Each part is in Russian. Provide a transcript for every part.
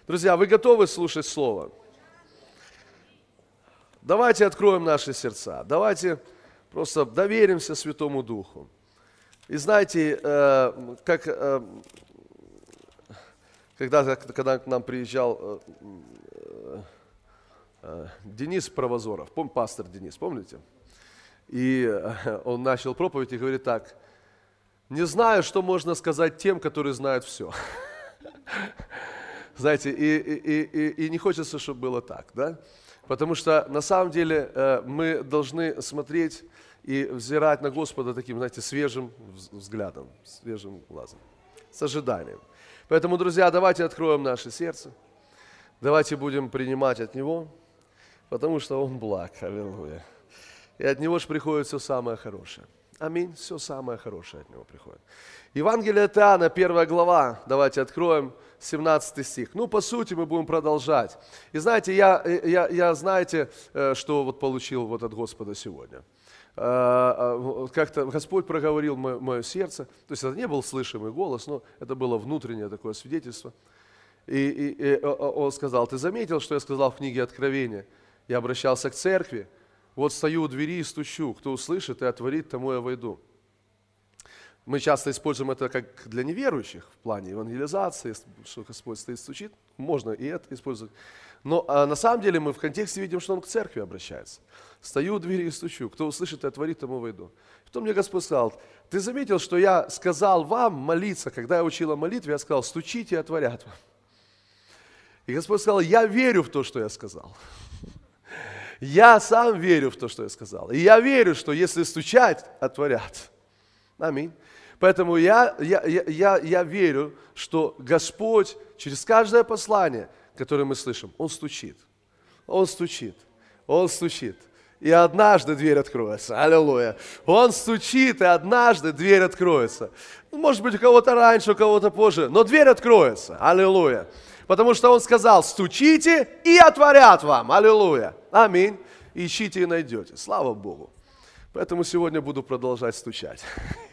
Друзья, вы готовы слушать Слово? Давайте откроем наши сердца. Давайте просто доверимся Святому Духу. И знаете, когда к нам приезжал Денис Провозоров, пастор Денис, помните? И он начал проповедь и говорит так: не знаю, что можно сказать тем, которые знают все. Знаете, и не хочется, чтобы было так, да? Потому что на самом деле мы должны смотреть и взирать на Господа таким, знаете, свежим взглядом, свежим глазом, с ожиданием. Поэтому, друзья, давайте откроем наше сердце, давайте будем принимать от Него, потому что Он благ, аллилуйя. И от Него же приходит все самое хорошее. Аминь, все самое хорошее от Него приходит. Евангелие от Иоанна, 1 глава, давайте откроем, 17 стих. Ну, по сути, мы будем продолжать. И знаете, я знаете, что вот получил вот от Господа сегодня. Как-то Господь проговорил мое сердце, то есть это не был слышимый голос, но это было внутреннее такое свидетельство. И Он сказал: ты заметил, что я сказал в книге Откровения? Я обращался к церкви, вот стою у двери и стучу, кто услышит и отворит, тому я войду. Мы часто используем это как для неверующих в плане евангелизации, что Господь стоит, стучит. Можно и это использовать. Но на самом деле мы в контексте видим, что Он к церкви обращается. Стою у двери и стучу. Кто услышит и отворит, тому войду. Потом мне Господь сказал: ты заметил, что я сказал вам молиться, когда я учил о молитве, я сказал: стучите и отворят вам. И Господь сказал: я верю в то, что я сказал. Я сам верю в то, что я сказал. И я верю, что если стучать, отворят. Аминь. Поэтому я верю, что Господь через каждое послание, которое мы слышим, Он стучит. Он стучит. Он стучит. И однажды дверь откроется. Аллилуйя. Он стучит, и однажды дверь откроется. Может быть, у кого-то раньше, у кого-то позже, но дверь откроется. Аллилуйя. Потому что Он сказал: стучите и отворят вам. Аллилуйя. Аминь. Ищите и найдете. Слава Богу. Поэтому сегодня буду продолжать стучать.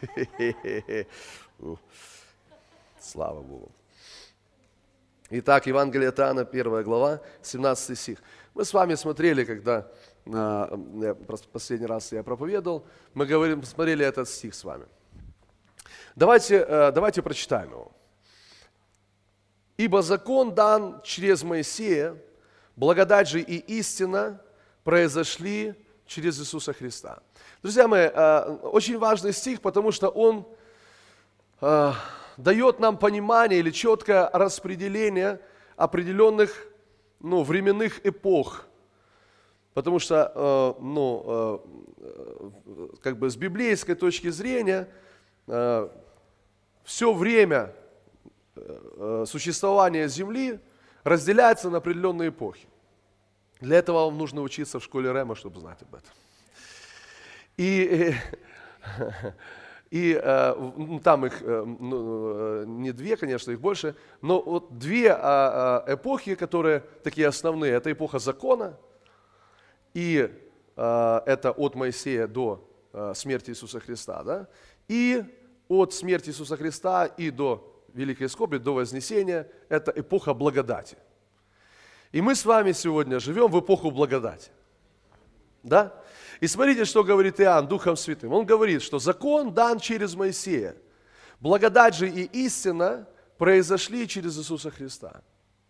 Слава Богу. Итак, Евангелие от Иоанна, 1 глава, 17 стих. Мы с вами смотрели, когда последний раз я проповедовал, мы смотрели этот стих с вами. Давайте прочитаем его. «Ибо закон дан через Моисея, благодать же и истина произошли через Иисуса Христа». Друзья мои, очень важный стих, потому что он дает нам понимание или четкое распределение определенных временных эпох. Потому что как бы с библейской точки зрения все время существования Земли разделяется на определенные эпохи. Для этого вам нужно учиться в школе Рема, чтобы знать об этом. И там их не две, конечно, их больше, но вот две эпохи, которые такие основные, это эпоха закона, и это от Моисея до смерти Иисуса Христа, да? И от смерти Иисуса Христа и до Великой Скорби, до Вознесения, это эпоха благодати. И мы с вами сегодня живем в эпоху благодати. Да? И смотрите, что говорит Иоанн Духом Святым. Он говорит, что закон дан через Моисея. Благодать же и истина произошли через Иисуса Христа.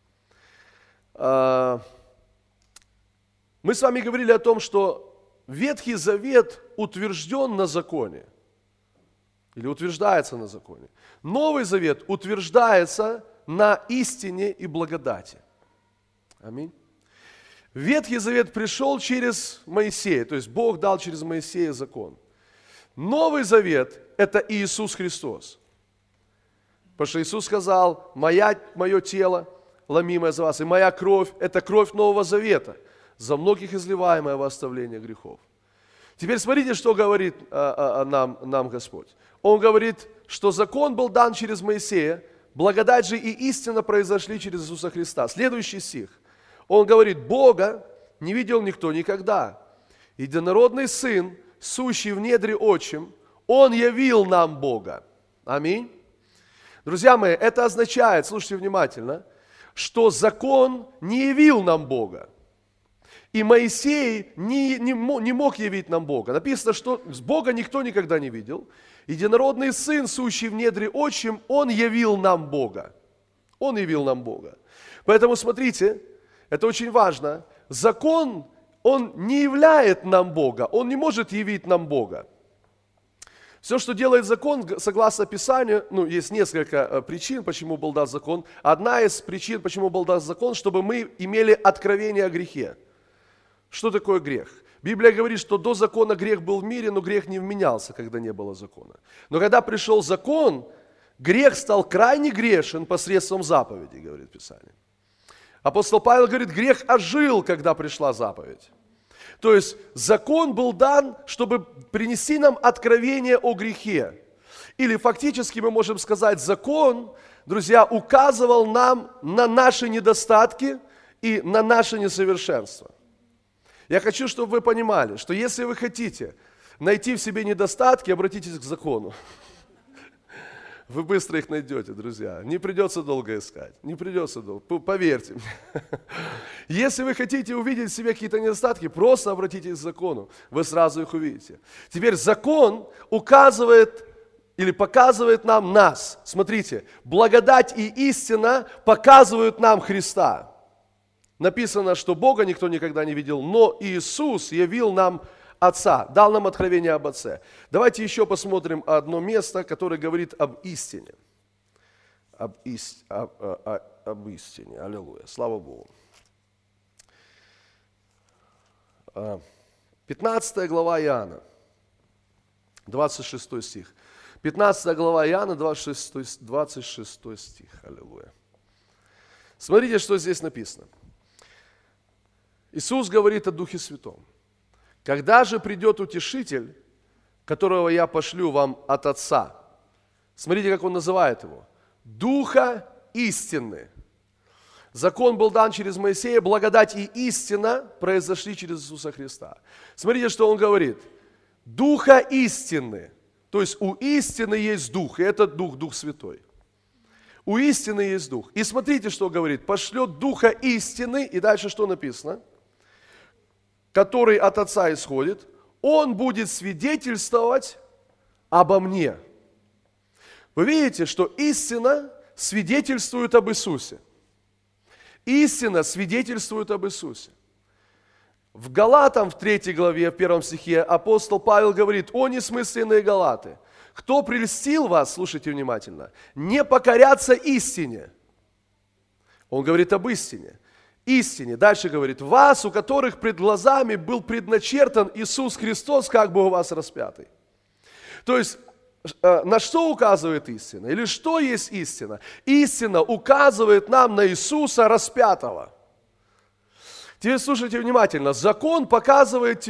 Мы с вами говорили о том, что Ветхий Завет утвержден на законе. Или утверждается на законе. Новый Завет утверждается на истине и благодати. Аминь. Ветхий Завет пришел через Моисея, то есть Бог дал через Моисея закон. Новый Завет – это Иисус Христос. Потому что Иисус сказал: мое тело, ломимое за вас, и моя кровь – это кровь Нового Завета, за многих изливаемая во оставление грехов. Теперь смотрите, что говорит нам Господь. Он говорит, что закон был дан через Моисея, благодать же и истина произошли через Иисуса Христа. Следующий стих. Он говорит: Бога не видел никто никогда. Единородный Сын, сущий в недре отчим, Он явил нам Бога. Аминь. Друзья мои, это означает, слушайте внимательно, что закон не явил нам Бога. И Моисей не мог явить нам Бога. Написано, что Бога никто никогда не видел. Единородный Сын, сущий в недре отчим, Он явил нам Бога. Он явил нам Бога. Поэтому смотрите, это очень важно. Закон, он не являет нам Бога. Он не может явить нам Бога. Все, что делает закон, согласно Писанию, есть несколько причин, почему был дан закон. Одна из причин, почему был дан закон, чтобы мы имели откровение о грехе. Что такое грех? Библия говорит, что до закона грех был в мире, но грех не вменялся, когда не было закона. Но когда пришел закон, грех стал крайне грешен посредством заповеди, говорит Писание. Апостол Павел говорит, грех ожил, когда пришла заповедь. То есть закон был дан, чтобы принести нам откровение о грехе. Или фактически мы можем сказать, закон, друзья, указывал нам на наши недостатки и на наше несовершенство. Я хочу, чтобы вы понимали, что если вы хотите найти в себе недостатки, обратитесь к закону. Вы быстро их найдете, друзья. Не придется долго искать. Не придется долго. Поверьте мне. Если вы хотите увидеть в себе какие-то недостатки, просто обратитесь к закону. Вы сразу их увидите. Теперь закон указывает или показывает нам нас. Смотрите, благодать и истина показывают нам Христа. Написано, что Бога никто никогда не видел, но Иисус явил нам Отца, дал нам откровение об Отце. Давайте еще посмотрим одно место, которое говорит об истине. Об истине. Аллилуйя. Слава Богу. 15 глава Иоанна, 26 стих. 15 глава Иоанна, 26 стих. Аллилуйя. Смотрите, что здесь написано. Иисус говорит о Духе Святом. Когда же придет Утешитель, которого я пошлю вам от Отца? Смотрите, как он называет его. Духа истины. Закон был дан через Моисея, благодать и истина произошли через Иисуса Христа. Смотрите, что он говорит. Духа истины. То есть у истины есть Дух, и этот Дух, Дух Святой. У истины есть Дух. И смотрите, что говорит. Пошлет Духа истины, и дальше что написано? Который от Отца исходит, Он будет свидетельствовать обо мне. Вы видите, что истина свидетельствует об Иисусе. Истина свидетельствует об Иисусе. В Галатам, в 3 главе, в 1 стихе, апостол Павел говорит, о несмысленные Галаты, кто прельстил вас, слушайте внимательно, не покоряться истине. Он говорит об истине. Истине. Дальше говорит, вас, у которых пред глазами был предначертан Иисус Христос, как бы у вас распятый. То есть, на что указывает истина? Или что есть истина? Истина указывает нам на Иисуса распятого. Теперь слушайте внимательно. Закон указывает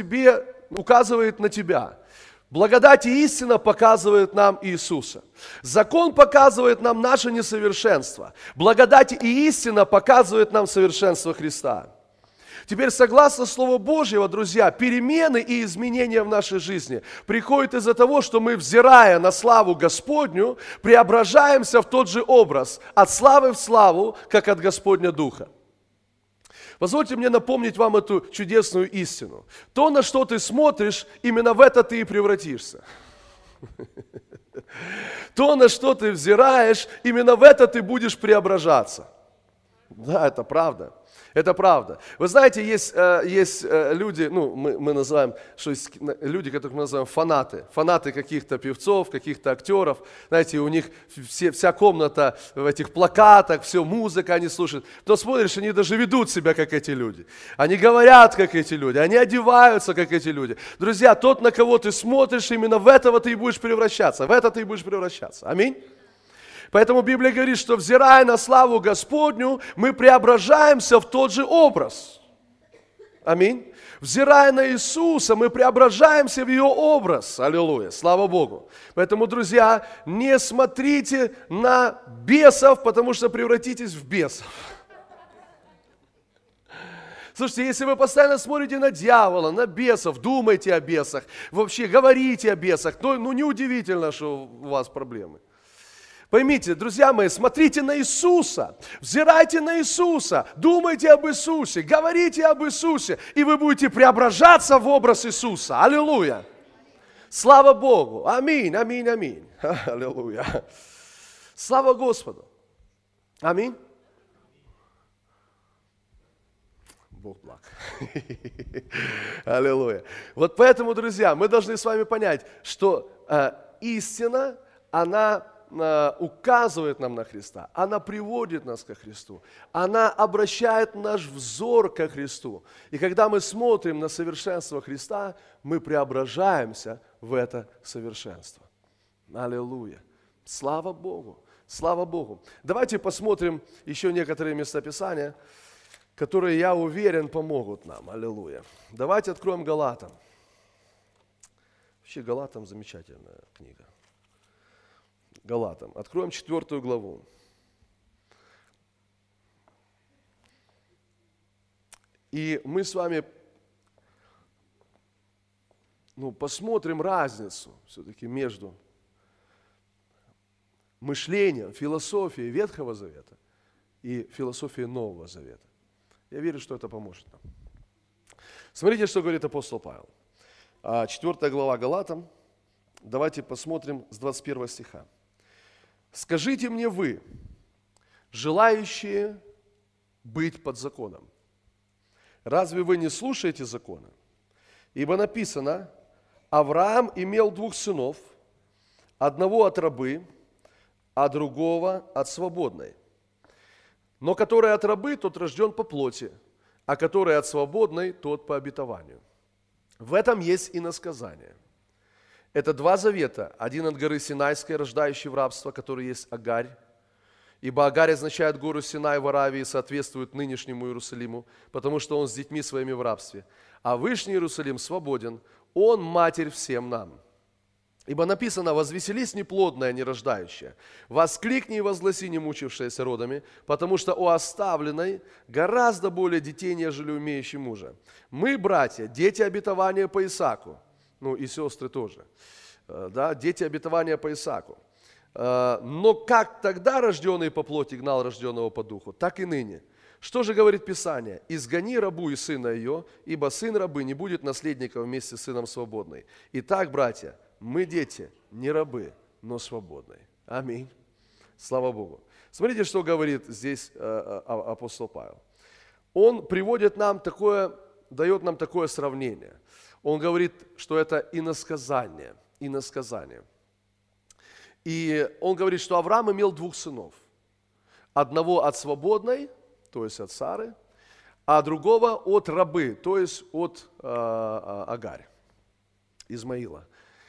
на тебя. Благодать и истина показывают нам Иисуса. Закон показывает нам наше несовершенство. Благодать и истина показывают нам совершенство Христа. Теперь, согласно Слову Божьего, друзья, перемены и изменения в нашей жизни приходят из-за того, что мы, взирая на славу Господню, преображаемся в тот же образ, от славы в славу, как от Господня Духа. Позвольте мне напомнить вам эту чудесную истину. То, на что ты смотришь, именно в это ты и превратишься. То, на что ты взираешь, именно в это ты будешь преображаться. Да, это правда. Это правда. Вы знаете, есть люди, мы называем, что есть люди, которых мы называем фанаты. Фанаты каких-то певцов, каких-то актеров. Знаете, у них вся комната в этих плакатах, все музыка они слушают. То смотришь, они даже ведут себя, как эти люди. Они говорят, как эти люди. Они одеваются, как эти люди. Друзья, тот, на кого ты смотришь, именно в этого ты и будешь превращаться. В это ты и будешь превращаться. Аминь. Поэтому Библия говорит, что взирая на славу Господню, мы преображаемся в тот же образ. Аминь. Взирая на Иисуса, мы преображаемся в Его образ. Аллилуйя. Слава Богу. Поэтому, друзья, не смотрите на бесов, потому что превратитесь в бесов. Слушайте, если вы постоянно смотрите на дьявола, на бесов, думаете о бесах, вообще говорите о бесах, неудивительно, что у вас проблемы. Поймите, друзья мои, смотрите на Иисуса, взирайте на Иисуса, думайте об Иисусе, говорите об Иисусе, и вы будете преображаться в образ Иисуса. Аллилуйя! Слава Богу! Аминь, аминь, аминь. Аллилуйя! Слава Господу! Аминь. Бог благ. Аллилуйя. Вот поэтому, друзья, мы должны с вами понять, что истина, она указывает нам на Христа, она приводит нас ко Христу, она обращает наш взор ко Христу. И когда мы смотрим на совершенство Христа, мы преображаемся в это совершенство. Аллилуйя. Слава Богу. Слава Богу. Давайте посмотрим еще некоторые местописания, которые, я уверен, помогут нам. Аллилуйя. Давайте откроем Галатам. Вообще Галатам замечательная книга. Галатам. Откроем 4 главу. И мы с вами посмотрим разницу все-таки между мышлением, философией Ветхого Завета и философией Нового Завета. Я верю, что это поможет нам. Смотрите, что говорит апостол Павел. 4 глава Галатам. Давайте посмотрим с 21 стиха. «Скажите мне вы, желающие быть под законом, разве вы не слушаете закона? Ибо написано, Авраам имел 2 сынов, одного от рабы, а другого от свободной. Но который от рабы, тот рожден по плоти, а который от свободной, тот по обетованию. В этом есть иносказание. Это 2 завета. Один от горы Синайской, рождающий в рабство, который есть Агарь. Ибо Агарь означает гору Синай в Аравии, соответствует нынешнему Иерусалиму, потому что он с детьми своими в рабстве. А Вышний Иерусалим свободен, он матерь всем нам. Ибо написано, возвеселись неплодная, нерождающая, воскликни и возгласи, не мучившаяся родами, потому что у оставленной гораздо более детей, нежели умеющей мужа. Мы, братья, дети обетования по Исааку, и сестры тоже, да, дети обетования по Исааку. Но как тогда рожденный по плоти гнал рожденного по духу, так и ныне. Что же говорит Писание? «Изгони рабу и сына ее, ибо сын рабы не будет наследником вместе с сыном свободной». Итак, братья, мы дети, не рабы, но свободные. Аминь. Слава Богу. Смотрите, что говорит здесь апостол Павел. Он приводит нам такое, дает нам такое сравнение. Он говорит, что это иносказание. Иносказание. И он говорит, что Авраам имел 2 сынов. Одного от свободной, то есть от Сары, а другого от рабы, то есть от Агарь, Измаила.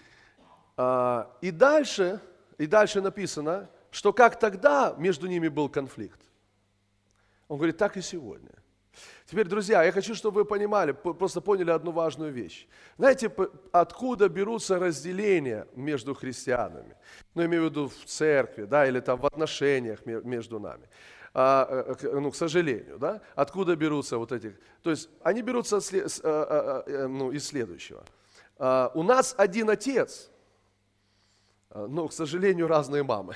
И дальше написано, что как тогда между ними был конфликт. Он говорит, так и сегодня. Теперь, друзья, я хочу, чтобы вы понимали, просто поняли одну важную вещь. Знаете, откуда берутся разделения между христианами? Я имею в виду в церкви, да, или там в отношениях между нами. К сожалению, да, откуда берутся вот эти? То есть они берутся из следующего. У нас один отец, но, к сожалению, разные мамы.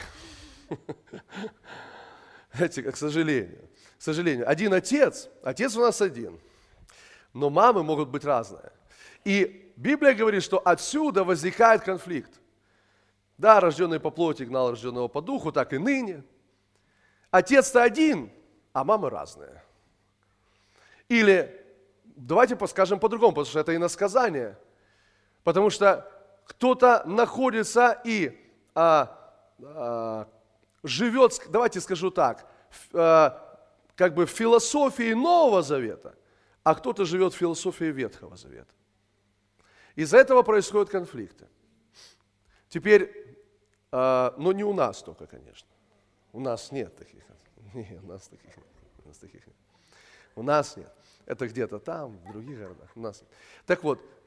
Знаете, к сожалению. К сожалению, один отец у нас один, но мамы могут быть разные. И Библия говорит, что отсюда возникает конфликт. Да, рожденный по плоти гнал рожденного по духу, так и ныне. Отец-то один, а мамы разные. Или, давайте скажем по-другому, потому что это иносказание. Потому что кто-то находится и живет, давайте скажу так, как бы в философии Нового Завета, а кто-то живет в философии Ветхого Завета. Из-за этого происходят конфликты. Теперь, но не у нас только, конечно. У нас нет таких. Нет, у нас таких нет. У нас нет. Это где-то там, в других городах. У нас нет. Так вот,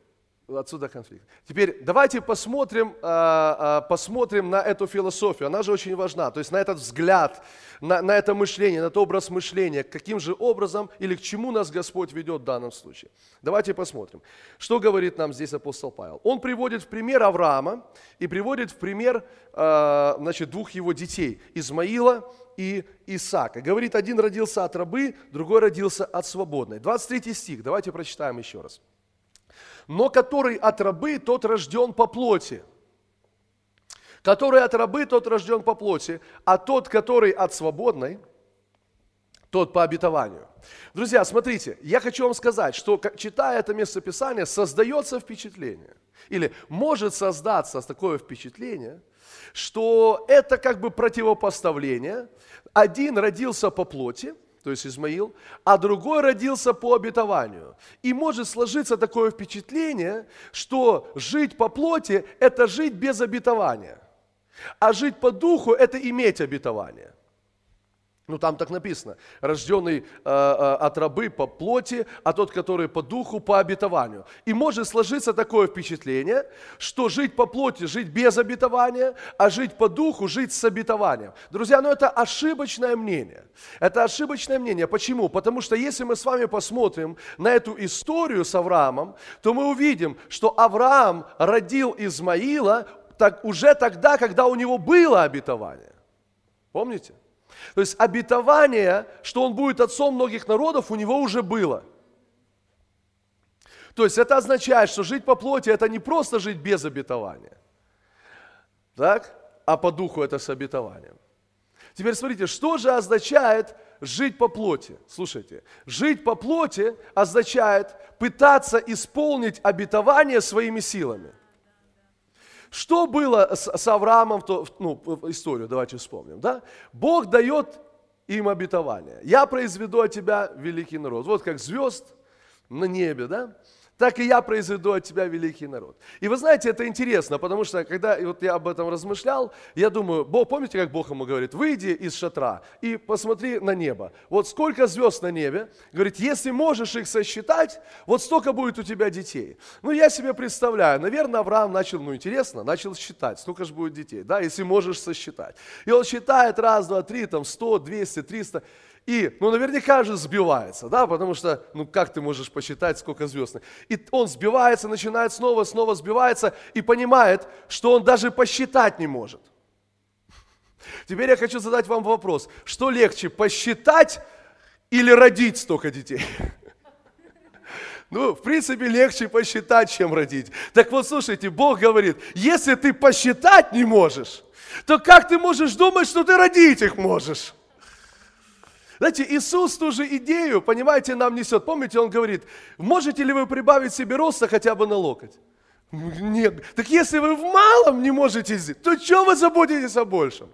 Отсюда конфликт. Теперь давайте посмотрим на эту философию. Она же очень важна. То есть на этот взгляд, на это мышление, на этот образ мышления. Каким же образом или к чему нас Господь ведет в данном случае. Давайте посмотрим. Что говорит нам здесь апостол Павел? Он приводит в пример Авраама и приводит в пример двух его детей. Измаила и Исаака. Говорит, один родился от рабы, другой родился от свободной. 23 стих. Давайте прочитаем еще раз. Но который от рабы, тот рожден по плоти. Который от рабы, тот рожден по плоти, а тот, который от свободной, тот по обетованию. Друзья, смотрите, я хочу вам сказать, что, читая это местописание, создается впечатление, или может создаться такое впечатление, что это как бы противопоставление. Один родился по плоти, то есть Измаил, а другой родился по обетованию. И может сложиться такое впечатление, что жить по плоти – это жить без обетования, а жить по духу – это иметь обетование. Ну, там так написано, рожденный от рабы по плоти, а тот, который по духу, по обетованию. И может сложиться такое впечатление, что жить по плоти, жить без обетования, а жить по духу, жить с обетованием. Друзья, это ошибочное мнение. Это ошибочное мнение. Почему? Потому что если мы с вами посмотрим на эту историю с Авраамом, то мы увидим, что Авраам родил Измаила уже тогда, когда у него было обетование. Помните? То есть обетование, что он будет отцом многих народов, у него уже было. То есть это означает, что жить по плоти – это не просто жить без обетования, так? А по духу это с обетованием. Теперь смотрите, что же означает жить по плоти? Слушайте, жить по плоти означает пытаться исполнить обетование своими силами. Что было с Авраамом, историю давайте вспомним, да? Бог дает им обетование. Я произведу от тебя великий народ. Вот как звезд на небе, да? Так и я произведу от тебя великий народ. И вы знаете, это интересно, потому что, когда я об этом размышлял, я думаю, помните, как Бог ему говорит, выйди из шатра и посмотри на небо. Вот сколько звезд на небе, говорит, если можешь их сосчитать, вот столько будет у тебя детей. Ну, я себе представляю, наверное, Авраам начал считать, сколько же будет детей, да, если можешь сосчитать. И он считает, 1, 2, 3, 100, 200, 300. И, наверняка же сбивается, да, потому что, как ты можешь посчитать, сколько звезд? И он сбивается, начинает снова сбивается и понимает, что он даже посчитать не может. Теперь я хочу задать вам вопрос, что легче, посчитать или родить столько детей? В принципе, легче посчитать, чем родить. Так вот, слушайте, Бог говорит, если ты посчитать не можешь, то как ты можешь думать, что ты родить их можешь? Знаете, Иисус ту же идею, понимаете, нам несет. Помните, Он говорит, можете ли вы прибавить себе роста хотя бы на локоть? Нет. Так если вы в малом не можете сделать, то что вы заботитесь о большем?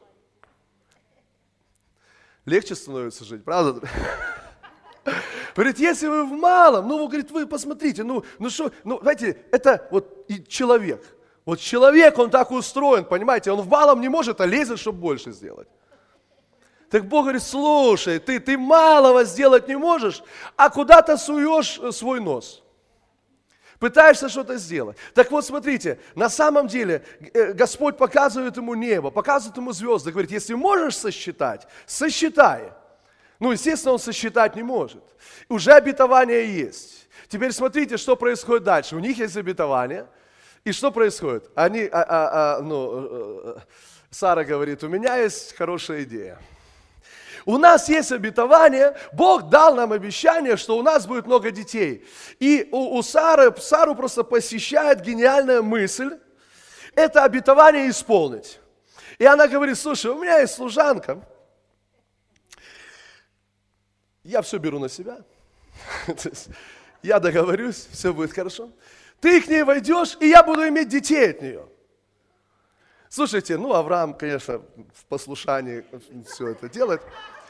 Легче становится жить, правда? Говорит, если вы в малом, вы посмотрите, знаете, это вот и человек. Вот человек, он так устроен, понимаете, он в малом не может, а лезет, чтобы больше сделать. Так Бог говорит, слушай, ты малого сделать не можешь, а куда-то суешь свой нос. Пытаешься что-то сделать. Так вот, смотрите, на самом деле Господь показывает ему небо, показывает ему звезды, говорит, если можешь сосчитать, сосчитай. Естественно, он сосчитать не может. Уже обетование есть. Теперь смотрите, что происходит дальше. У них есть обетование. И что происходит? Сара говорит, у меня есть хорошая идея. У нас есть обетование, Бог дал нам обещание, что у нас будет много детей. И Сару просто посещает гениальная мысль, это обетование исполнить. И она говорит, слушай, у меня есть служанка, я все беру на себя, я договорюсь, все будет хорошо. Ты к ней войдешь, и я буду иметь детей от нее. Слушайте, Авраам, конечно, в послушании все это делает.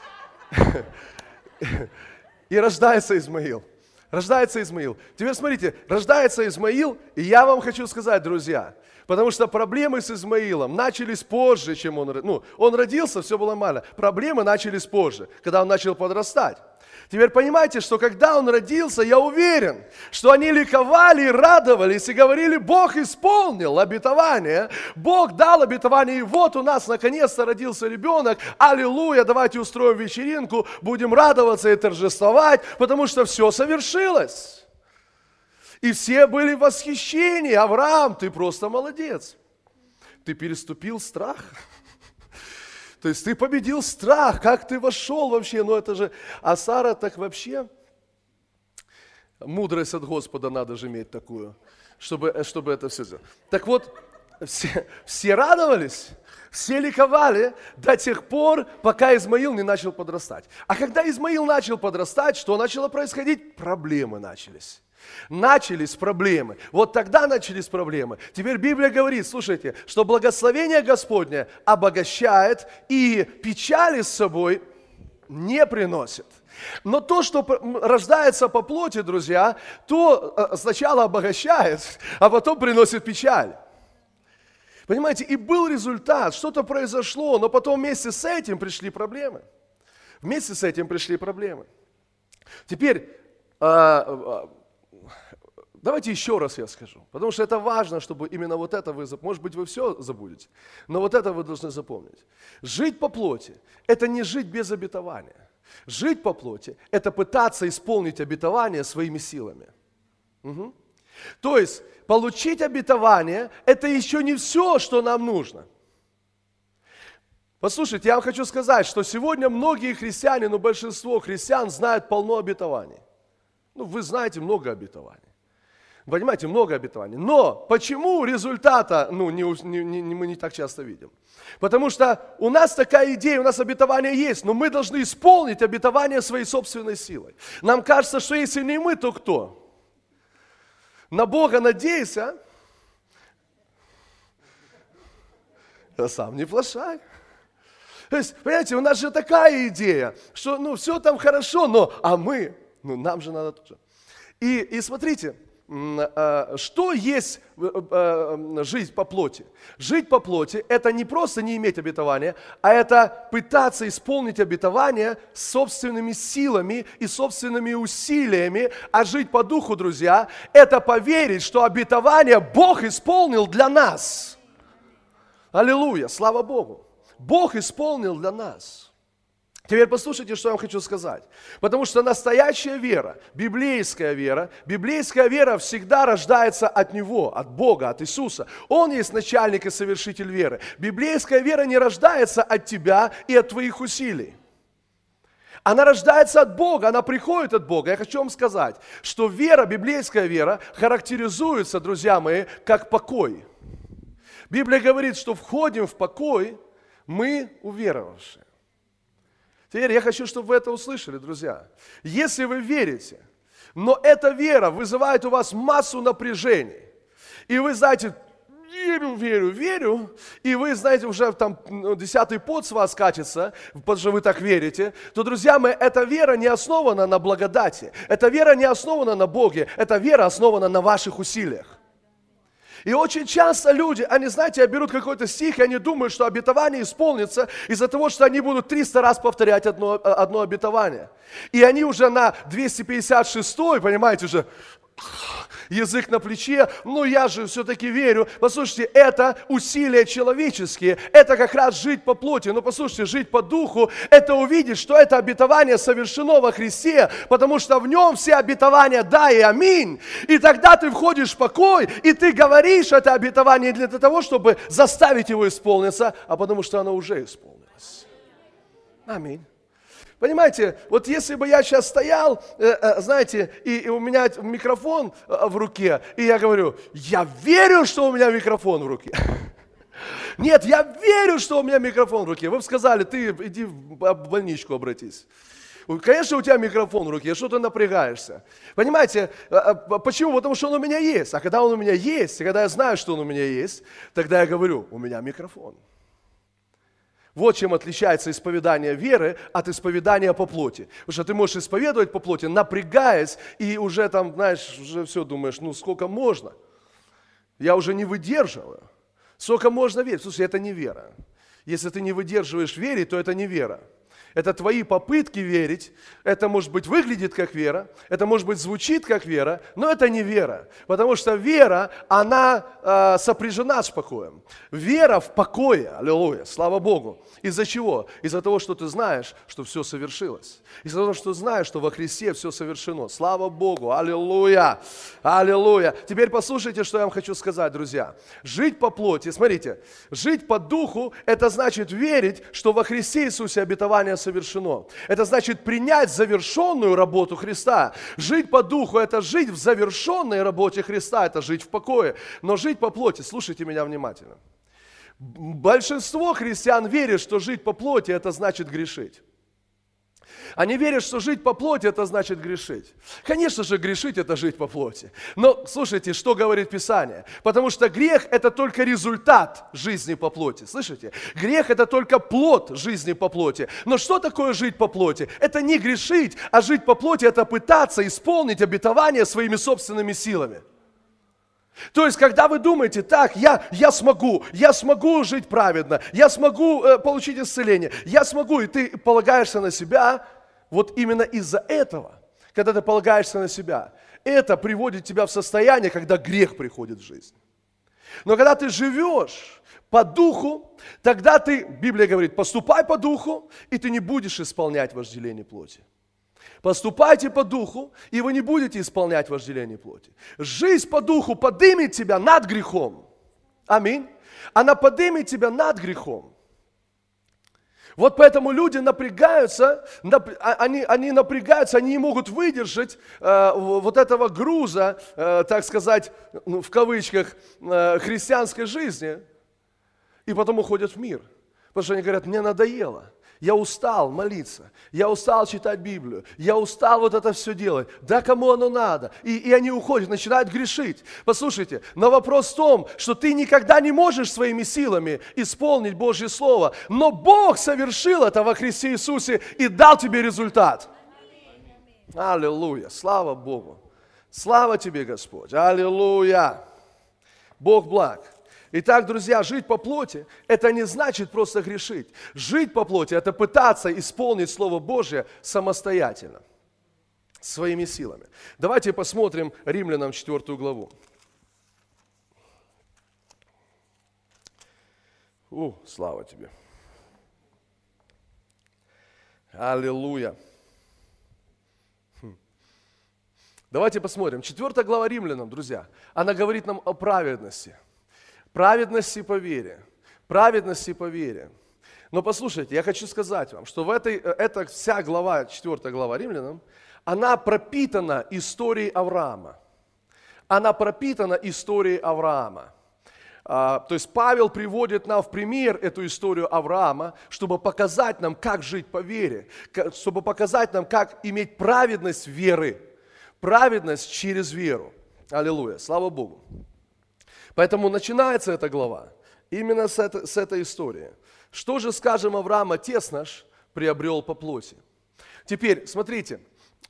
И рождается Измаил. Теперь смотрите, рождается Измаил, и я вам хочу сказать, друзья, потому что проблемы с Измаилом начались позже, чем он родился, все было нормально. Проблемы начались позже, когда он начал подрастать. Теперь понимаете, что когда он родился, я уверен, что они ликовали и радовались и говорили: Бог исполнил обетование, Бог дал обетование, и вот у нас наконец-то родился ребенок, аллилуйя, давайте устроим вечеринку, будем радоваться и торжествовать, потому что все совершилось. И все были в восхищении: Авраам, ты просто молодец, ты переступил страх. То есть ты победил страх, как ты вошел вообще, ну это же, а Сара так вообще, мудрость от Господа надо же иметь такую, чтобы это все сделать. Так вот, все радовались, все ликовали до тех пор, пока Измаил не начал подрастать. А когда Измаил начал подрастать, что начало происходить? Проблемы начались. Начались проблемы. Вот тогда начались проблемы. Теперь Библия говорит, слушайте, что благословение Господне обогащает и печали с собой не приносит. Но то, что рождается по плоти, друзья, то сначала обогащает, а потом приносит печаль. Понимаете, и был результат, что-то произошло, но потом вместе с этим пришли проблемы. Вместе с этим пришли проблемы. Теперь... Давайте еще раз я скажу, потому что это важно, чтобы именно вот это вы, может быть, вы все забудете, но вот это вы должны запомнить. Жить по плоти – это не жить без обетования. Жить по плоти – это пытаться исполнить обетование своими силами. Угу. То есть, получить обетование – это еще не все, что нам нужно. Послушайте, я вам хочу сказать, что сегодня многие христиане, но большинство христиан знают полно обетований. Ну, вы знаете много обетований. Понимаете, много обетований. Но почему результата мы не так часто видим? Потому что у нас такая идея, у нас обетование есть, но мы должны исполнить обетование своей собственной силой. Нам кажется, что если не мы, то кто? На Бога надейся, а сам не плашай. То есть, понимаете, у нас же такая идея, что все там хорошо, но нам же надо тоже. И смотрите, что есть жить по плоти? Жить по плоти – это не просто не иметь обетования, а это пытаться исполнить обетование собственными силами и собственными усилиями. А жить по духу, друзья, это поверить, что обетование Бог исполнил для нас. Аллилуйя, слава Богу. Бог исполнил для нас. Теперь послушайте, что я вам хочу сказать. Потому что настоящая вера, библейская вера всегда рождается от Него, от Бога, от Иисуса. Он есть начальник и совершитель веры. Библейская вера не рождается от тебя и от твоих усилий. Она рождается от Бога, она приходит от Бога. Я хочу вам сказать, что вера, библейская вера, характеризуется, друзья мои, как покой. Библия говорит, что входим в покой мы уверовавшие. Теперь я хочу, чтобы вы это услышали, друзья. Если вы верите, но эта вера вызывает у вас массу напряжений, и вы знаете, верю, и вы знаете, уже там 10-й пот с вас катится, потому что вы так верите, то, друзья мои, эта вера не основана на благодати, эта вера не основана на Боге, эта вера основана на ваших усилиях. И очень часто люди, они, знаете, берут какой-то стих, и они думают, что обетование исполнится из-за того, что они будут 300 раз повторять одно обетование. И они уже на 256-й, понимаете, уже язык на плече, я же все-таки верю. Послушайте, это усилия человеческие, это как раз жить по плоти. Но послушайте, жить по духу, это увидеть, что это обетование совершено во Христе, потому что в нем все обетования да и аминь. И тогда ты входишь в покой, и ты говоришь это обетование не для того, чтобы заставить его исполниться, а потому что оно уже исполнилось. Аминь. Понимаете, вот если бы я сейчас стоял, знаете, и у меня микрофон в руке, и я говорю, я верю, что у меня микрофон в руке. Нет, я верю, что у меня микрофон в руке. Вы бы сказали, ты иди в больничку обратись. Конечно, у тебя микрофон в руке, что ты напрягаешься? Понимаете, почему? Потому что он у меня есть. А когда он у меня есть, и когда я знаю, что он у меня есть, тогда я говорю, у меня микрофон. Вот чем отличается исповедание веры от исповедания по плоти. Потому что ты можешь исповедовать по плоти, напрягаясь, и уже там, знаешь, уже все думаешь, сколько можно. Я уже не выдерживаю. Сколько можно верить? Слушай, это не вера. Если ты не выдерживаешь верить, то это не вера. это твои попытки верить, это, может быть, выглядит как вера, это, может быть, звучит как вера, но это не вера, потому что вера, она сопряжена с покоем. Вера в покое, аллилуйя, слава Богу. Из-за чего? Из-за того, что ты знаешь, что все совершилось. Из-за того, что знаешь, что во Христе все совершено. Слава Богу, аллилуйя, аллилуйя. Теперь послушайте, что я вам хочу сказать, друзья. Жить по плоти, смотрите, жить по духу, это значит верить, что во Христе Иисусе обетование совершено. Это значит принять завершенную работу Христа. Жить по духу, это жить в завершенной работе Христа, это жить в покое. Но жить по плоти, слушайте меня внимательно. Большинство христиан верит, что жить по плоти, это значит грешить. Они верят, что жить по плоти, это значит грешить. Конечно же, грешить – это жить по плоти. Но слушайте, что говорит Писание. Потому что грех – это только результат жизни по плоти. Слышите? Грех – это только плод жизни по плоти. Но что такое жить по плоти? Это не грешить, а жить по плоти – это пытаться исполнить обетование своими собственными силами. То есть, когда вы думаете, так, я смогу жить праведно, я смогу получить исцеление, я смогу, и ты полагаешься на себя, вот именно из-за этого, когда ты полагаешься на себя, это приводит тебя в состояние, когда грех приходит в жизнь. Но когда ты живешь по духу, тогда ты, Библия говорит, поступай по духу, и ты не будешь исполнять вожделение плоти. Поступайте по духу, и вы не будете исполнять вожделение плоти. Жизнь по духу поднимет тебя над грехом. Аминь. Она поднимет тебя над грехом. Вот поэтому люди напрягаются, они напрягаются, они не могут выдержать вот этого груза, так сказать, в кавычках, христианской жизни, и потом уходят в мир. Потому что они говорят, мне надоело. Я устал молиться, я устал читать Библию, я устал вот это все делать. Да кому оно надо? И они уходят, начинают грешить. Послушайте, но вопрос в том, что ты никогда не можешь своими силами исполнить Божье Слово, но Бог совершил это во Христе Иисусе и дал тебе результат. Аллилуйя, слава Богу. Слава тебе, Господь. Аллилуйя. Бог благ. Итак, друзья, жить по плоти – это не значит просто грешить. Жить по плоти – это пытаться исполнить Слово Божье самостоятельно, своими силами. Давайте посмотрим Римлянам 4 главу. Слава тебе. Аллилуйя. Давайте посмотрим. 4 глава Римлянам, друзья, она говорит нам о праведности. Праведности по вере. Праведности по вере. Но послушайте, я хочу сказать вам, что эта вся глава, 4 глава Римлянам, она пропитана историей Авраама. Она пропитана историей Авраама. То есть Павел приводит нам в пример эту историю Авраама, чтобы показать нам, как жить по вере, чтобы показать нам, как иметь праведность веры. Праведность через веру. Аллилуйя. Слава Богу. Поэтому начинается эта глава именно с этой истории. Что же, скажем, Авраам, отец наш, приобрел по плоти? Теперь, смотрите,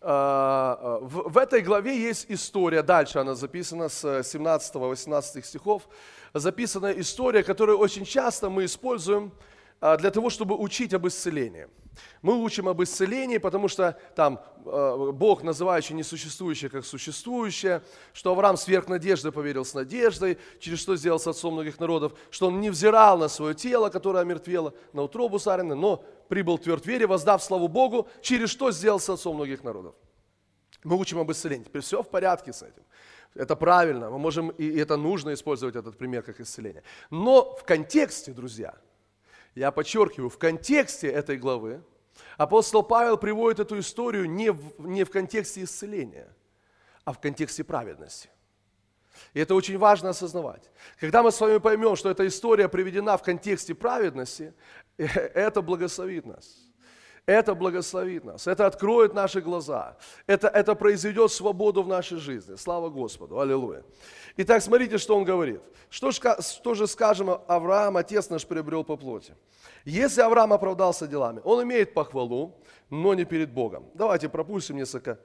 в этой главе есть история, дальше она записана с 17-18 стихов, записана история, которую очень часто мы используем для того, чтобы учить об исцелении. Мы учим об исцелении, потому что там Бог, называющий несуществующее как существующее, что Авраам сверх надежды поверил с надеждой, через что сделался отцом многих народов, что он не взирал на свое тело, которое омертвело, на утробу Сарины, но прибыл тверд в вере, воздав славу Богу, через что сделался отцом многих народов. Мы учим об исцелении. Теперь все в порядке с этим. Это правильно, мы можем, и это нужно использовать этот пример как исцеление. Но в контексте, друзья, я подчеркиваю, в контексте этой главы апостол Павел приводит эту историю не в контексте исцеления, а в контексте праведности. И это очень важно осознавать. Когда мы с вами поймем, что эта история приведена в контексте праведности, это благословит нас. Это благословит нас, это откроет наши глаза, это произведет свободу в нашей жизни. Слава Господу, аллилуйя. Итак, смотрите, что он говорит. Что же скажем, Авраам, отец наш, приобрел по плоти? Если Авраам оправдался делами, он имеет похвалу, но не перед Богом. Давайте пропустим несколько,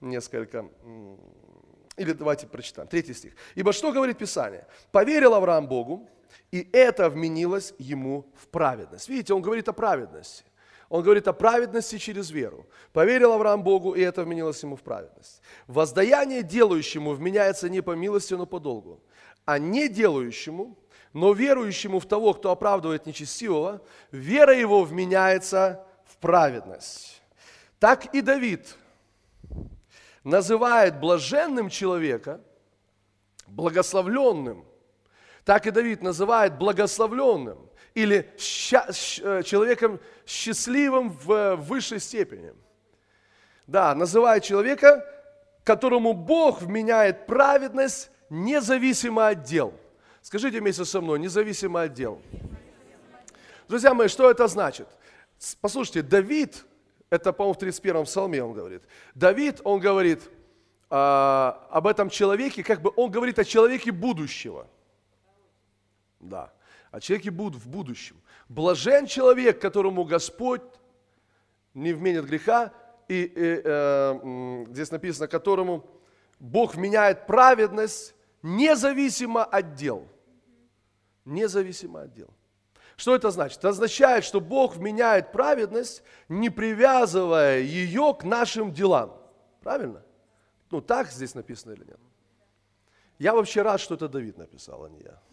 или давайте прочитаем, 3 стих. Ибо что говорит Писание? Поверил Авраам Богу, и это вменилось ему в праведность. Видите, он говорит о праведности. Он говорит о праведности через веру. Поверил Авраам Богу, и это вменилось ему в праведность. Воздаяние делающему вменяется не по милости, но по долгу. А не делающему, но верующему в того, кто оправдывает нечестивого, вера его вменяется в праведность. Так и Давид называет блаженным человека, благословленным. Так и Давид называет благословленным или человеком счастливым в высшей степени. Да, называет человека, которому Бог вменяет праведность независимо от дел. Скажите вместе со мной, независимо от дел. Друзья мои, что это значит? Послушайте, Давид, это, по-моему, в 31-м псалме он говорит. Давид, он говорит об этом человеке, как бы он говорит о человеке будущего. Да, о человеке в будущем. Блажен человек, которому Господь не вменит греха, и здесь написано, которому Бог вменяет праведность независимо от дел. Независимо от дел. Что это значит? Это означает, что Бог вменяет праведность, не привязывая ее к нашим делам. Правильно? Ну, так здесь написано или нет? Я вообще рад, что это Давид написал, а не я.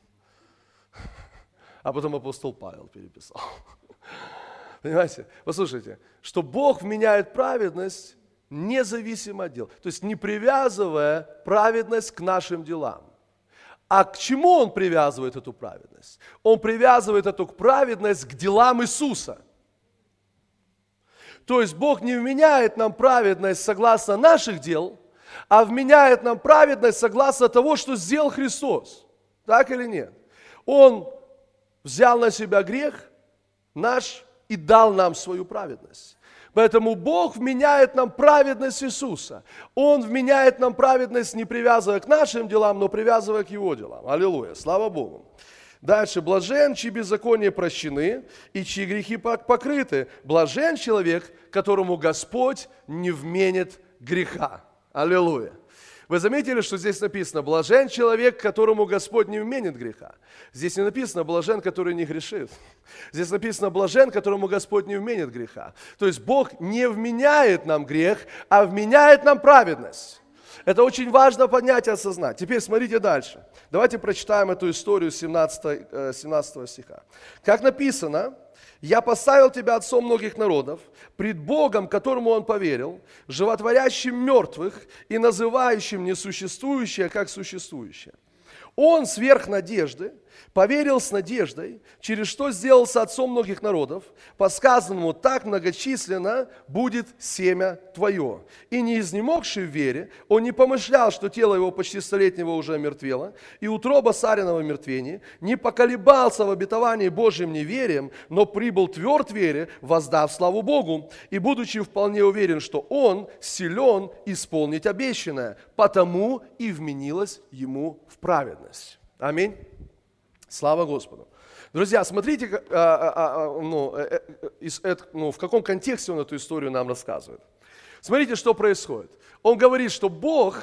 А потом апостол Павел переписал. Понимаете? Послушайте, что Бог вменяет праведность независимо от дел. То есть не привязывая праведность к нашим делам. А к чему Он привязывает эту праведность? Он привязывает эту праведность к делам Иисуса. То есть Бог не вменяет нам праведность согласно наших дел, а вменяет нам праведность согласно того, что сделал Христос. Так или нет? Он взял на себя грех наш и дал нам свою праведность. Поэтому Бог вменяет нам праведность Иисуса. Он вменяет нам праведность, не привязывая к нашим делам, но привязывая к Его делам. Аллилуйя, слава Богу. Дальше. Блажен, чьи беззакония прощены и чьи грехи покрыты. Блажен человек, которому Господь не вменит греха. Аллилуйя. Вы заметили, что здесь написано, блажен человек, которому Господь не вменит греха. Здесь не написано, блажен, который не грешит. Здесь написано, блажен, которому Господь не вменит греха. То есть Бог не вменяет нам грех, а вменяет нам праведность. Это очень важно понять и осознать. Теперь смотрите дальше. Давайте прочитаем эту историю 17 стиха. Как написано, «Я поставил тебя отцом многих народов, пред Богом, которому он поверил, животворящим мертвых и называющим несуществующее, как существующее. Он сверх надежды поверил с надеждой, через что сделался отцом многих народов, по сказанному так многочисленно будет семя твое. И не изнемогший в вере, он не помышлял, что тело его почти столетнего уже омертвело, и утроба Сариного мертвения, не поколебался в обетовании Божьим неверием, но прибыл тверд в вере, воздав славу Богу, и будучи вполне уверен, что он силен исполнить обещанное, потому и вменилось ему в праведность». Аминь. Слава Господу. Друзья, смотрите, в каком контексте он эту историю нам рассказывает. Смотрите, что происходит. Он говорит, что Бог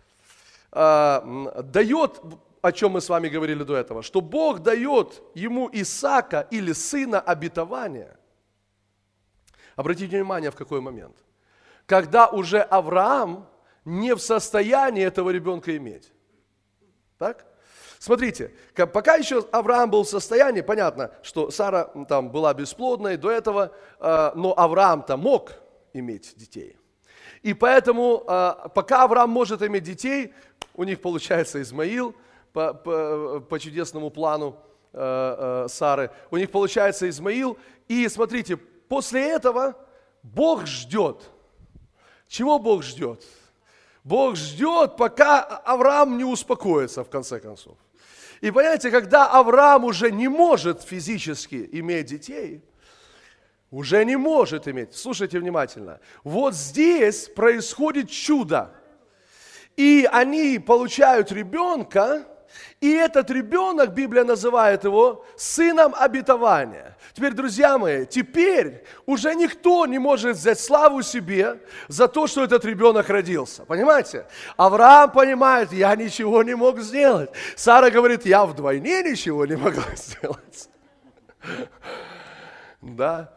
дает, о чем мы с вами говорили до этого, что Бог дает ему Исаака или сына обетования. Обратите внимание, в какой момент. Когда уже Авраам не в состоянии этого ребенка иметь. Так? Смотрите, пока еще Авраам был в состоянии, понятно, что Сара там была бесплодной до этого, но Авраам-то мог иметь детей. И поэтому, пока Авраам может иметь детей, у них получается Измаил по чудесному плану Сары, у них получается Измаил. И смотрите, после этого Бог ждет. Чего Бог ждет? Бог ждет, пока Авраам не успокоится, в конце концов. И понимаете, когда Авраам уже не может физически иметь детей, уже не может иметь, слушайте внимательно, вот здесь происходит чудо. И они получают ребенка, и этот ребенок, Библия называет его сыном обетования. Теперь, друзья мои, теперь уже никто не может взять славу себе за то, что этот ребенок родился. Понимаете? Авраам понимает, я ничего не мог сделать. Сара говорит, я вдвойне ничего не могла сделать. Да.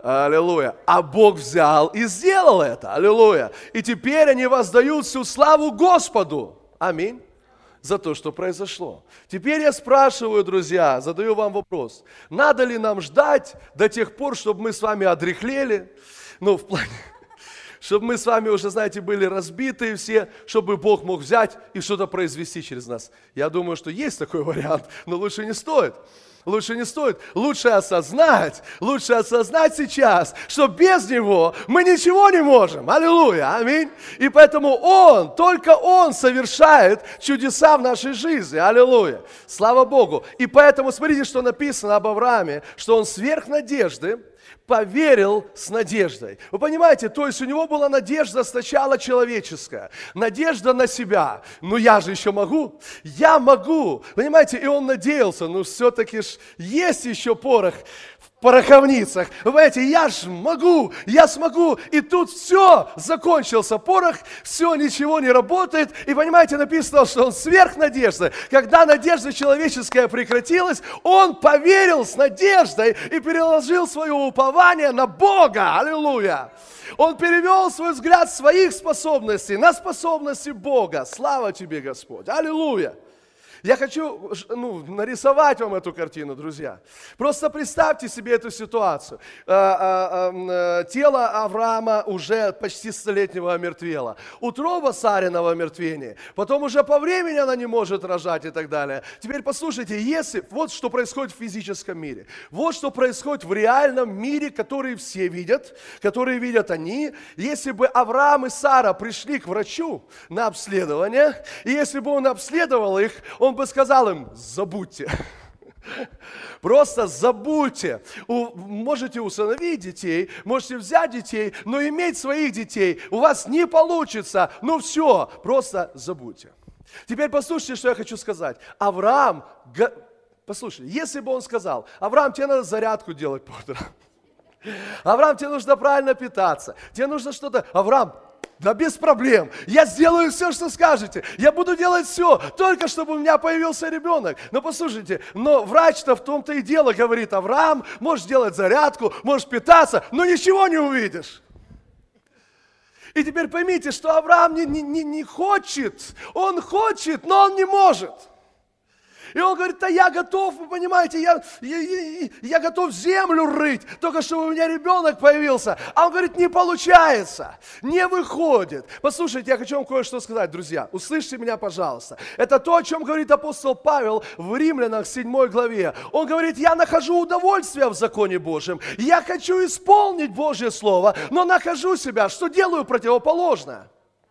Аллилуйя. А Бог взял и сделал это. Аллилуйя. И теперь они воздают всю славу Господу. Аминь. За то, что произошло. Теперь я спрашиваю, друзья, задаю вам вопрос. Надо ли нам ждать до тех пор, чтобы мы с вами одряхлели? Ну, в плане, чтобы мы с вами уже, знаете, были разбиты все, чтобы Бог мог взять и что-то произвести через нас. Я думаю, что есть такой вариант, но лучше не стоит. Лучше не стоит. Лучше осознать сейчас, что без Него мы ничего не можем. Аллилуйя, аминь. И поэтому только Он совершает чудеса в нашей жизни. Аллилуйя. Слава Богу. И поэтому смотрите, что написано об Аврааме, что он сверх надежды поверил с надеждой. Вы понимаете, то есть у него была надежда сначала человеческая, надежда на себя. Ну я же еще могу, я могу. Понимаете, и он надеялся, ну все-таки ж есть еще порох в пороховницах. Вы понимаете, я ж могу, я смогу. И тут все, закончился порох, все, ничего не работает. И понимаете, написано, что он сверх надежды. Когда надежда человеческая прекратилась, он поверил с надеждой и переложил свое упование на Бога. Аллилуйя. Он перевел свой взгляд своих способностей на способности Бога. Слава тебе, Господь. Аллилуйя. Я хочу нарисовать вам эту картину, друзья. Просто представьте себе эту ситуацию. Тело Авраама уже почти 100-летнего омертвело. Утроба Сарина в омертвении. Потом уже по времени она не может рожать и так далее. Теперь послушайте, вот что происходит в физическом мире. Вот что происходит в реальном мире, который все видят, которые видят они. Если бы Авраам и Сара пришли к врачу на обследование, и если бы он обследовал их, он бы сказал им: забудьте. Просто забудьте. Можете усыновить детей, можете взять детей, но иметь своих детей у вас не получится. Ну все, просто забудьте. Теперь послушайте, что я хочу сказать. Авраам, послушайте, если бы он сказал: Авраам, тебе надо зарядку делать по утрам. Авраам, тебе нужно правильно питаться. Тебе нужно что-то. Авраам, да без проблем. Я сделаю все, что скажете. Я буду делать все, только чтобы у меня появился ребенок. Но послушайте, но врач-то в том-то и дело говорит: Авраам, можешь делать зарядку, можешь питаться, но ничего не увидишь. И теперь поймите, что Авраам не хочет. Он хочет, но он не может. И он говорит: да я готов, вы понимаете, я готов землю рыть, только чтобы у меня ребенок появился. А он говорит: не получается, не выходит. Послушайте, я хочу вам кое-что сказать, друзья. Услышьте меня, пожалуйста. Это то, о чем говорит апостол Павел в Римлянах 7 главе. Он говорит: я нахожу удовольствие в законе Божьем. Я хочу исполнить Божье Слово, но нахожу себя, что делаю противоположное.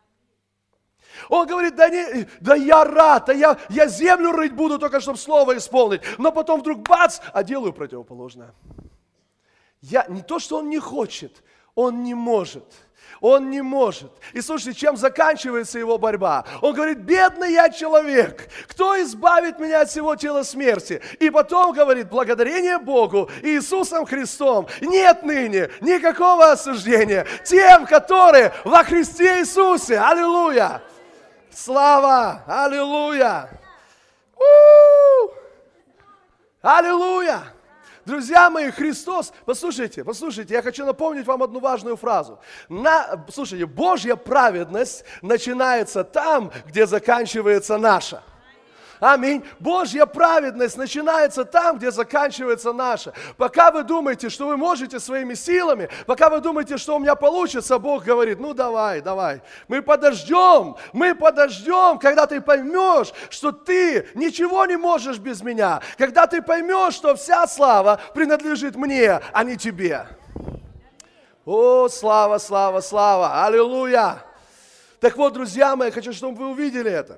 Он говорит: да я рад, я землю рыть буду, только чтобы слово исполнить. Но потом вдруг бац, а делаю противоположное. Не то, что он не хочет, он не может. Он не может. И слушайте, чем заканчивается его борьба? Он говорит: бедный я человек, кто избавит меня от всего тела смерти? И потом говорит: благодарение Богу Иисусом Христом нет ныне никакого осуждения тем, которые во Христе Иисусе. Аллилуйя! Слава! Аллилуйя! Аллилуйя! Друзья мои, Христос, послушайте, я хочу напомнить вам одну важную фразу. Слушайте, Божья праведность начинается там, где заканчивается наша. Аминь. Божья праведность начинается там, где заканчивается наша. Пока вы думаете, что вы можете своими силами, пока вы думаете, что у меня получится, Бог говорит: ну давай. Мы подождем, когда ты поймешь, что ты ничего не можешь без меня. Когда ты поймешь, что вся слава принадлежит мне, а не тебе. О, слава, слава, слава. Аллилуйя. Так вот, друзья мои, я хочу, чтобы вы увидели это.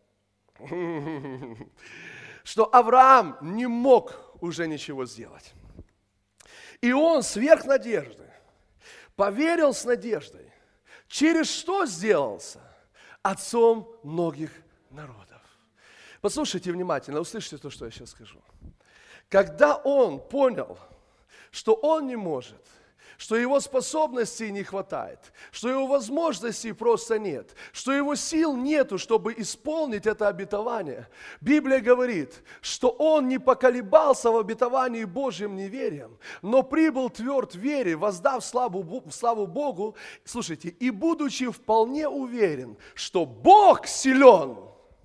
Что Авраам не мог уже ничего сделать. И он сверх надежды поверил с надеждой, через что сделался отцом многих народов. Послушайте внимательно, услышите то, что я сейчас скажу. Когда он понял, что он не может, что его способностей не хватает, что его возможностей просто нет, что его сил нету, чтобы исполнить это обетование. Библия говорит, что он не поколебался в обетовании Божьим неверием, но прибыл тверд в вере, воздав славу Богу, слушайте, и будучи вполне уверен, что Бог силен.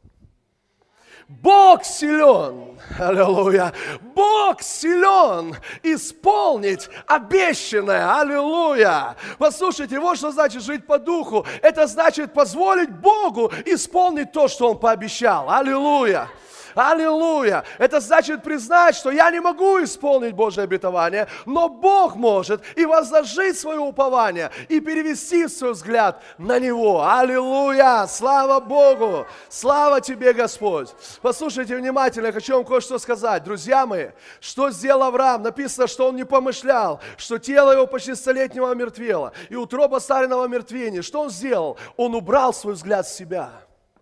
Бог силен, аллилуйя, Бог силен исполнить обещанное, аллилуйя. Послушайте, вот что значит жить по духу. Это значит позволить Богу исполнить то, что Он пообещал, аллилуйя. Аллилуйя! Это значит признать, что я не могу исполнить Божье обетование, но Бог может и возложить свое упование, и перевести свой взгляд на Него. Аллилуйя! Слава Богу! Слава Тебе, Господь! Послушайте внимательно, я хочу вам кое-что сказать. Друзья мои, что сделал Авраам? Написано, что он не помышлял, что тело его почти столетнего омертвело, и утроба старенного мертвения. Что он сделал? Он убрал свой взгляд с себя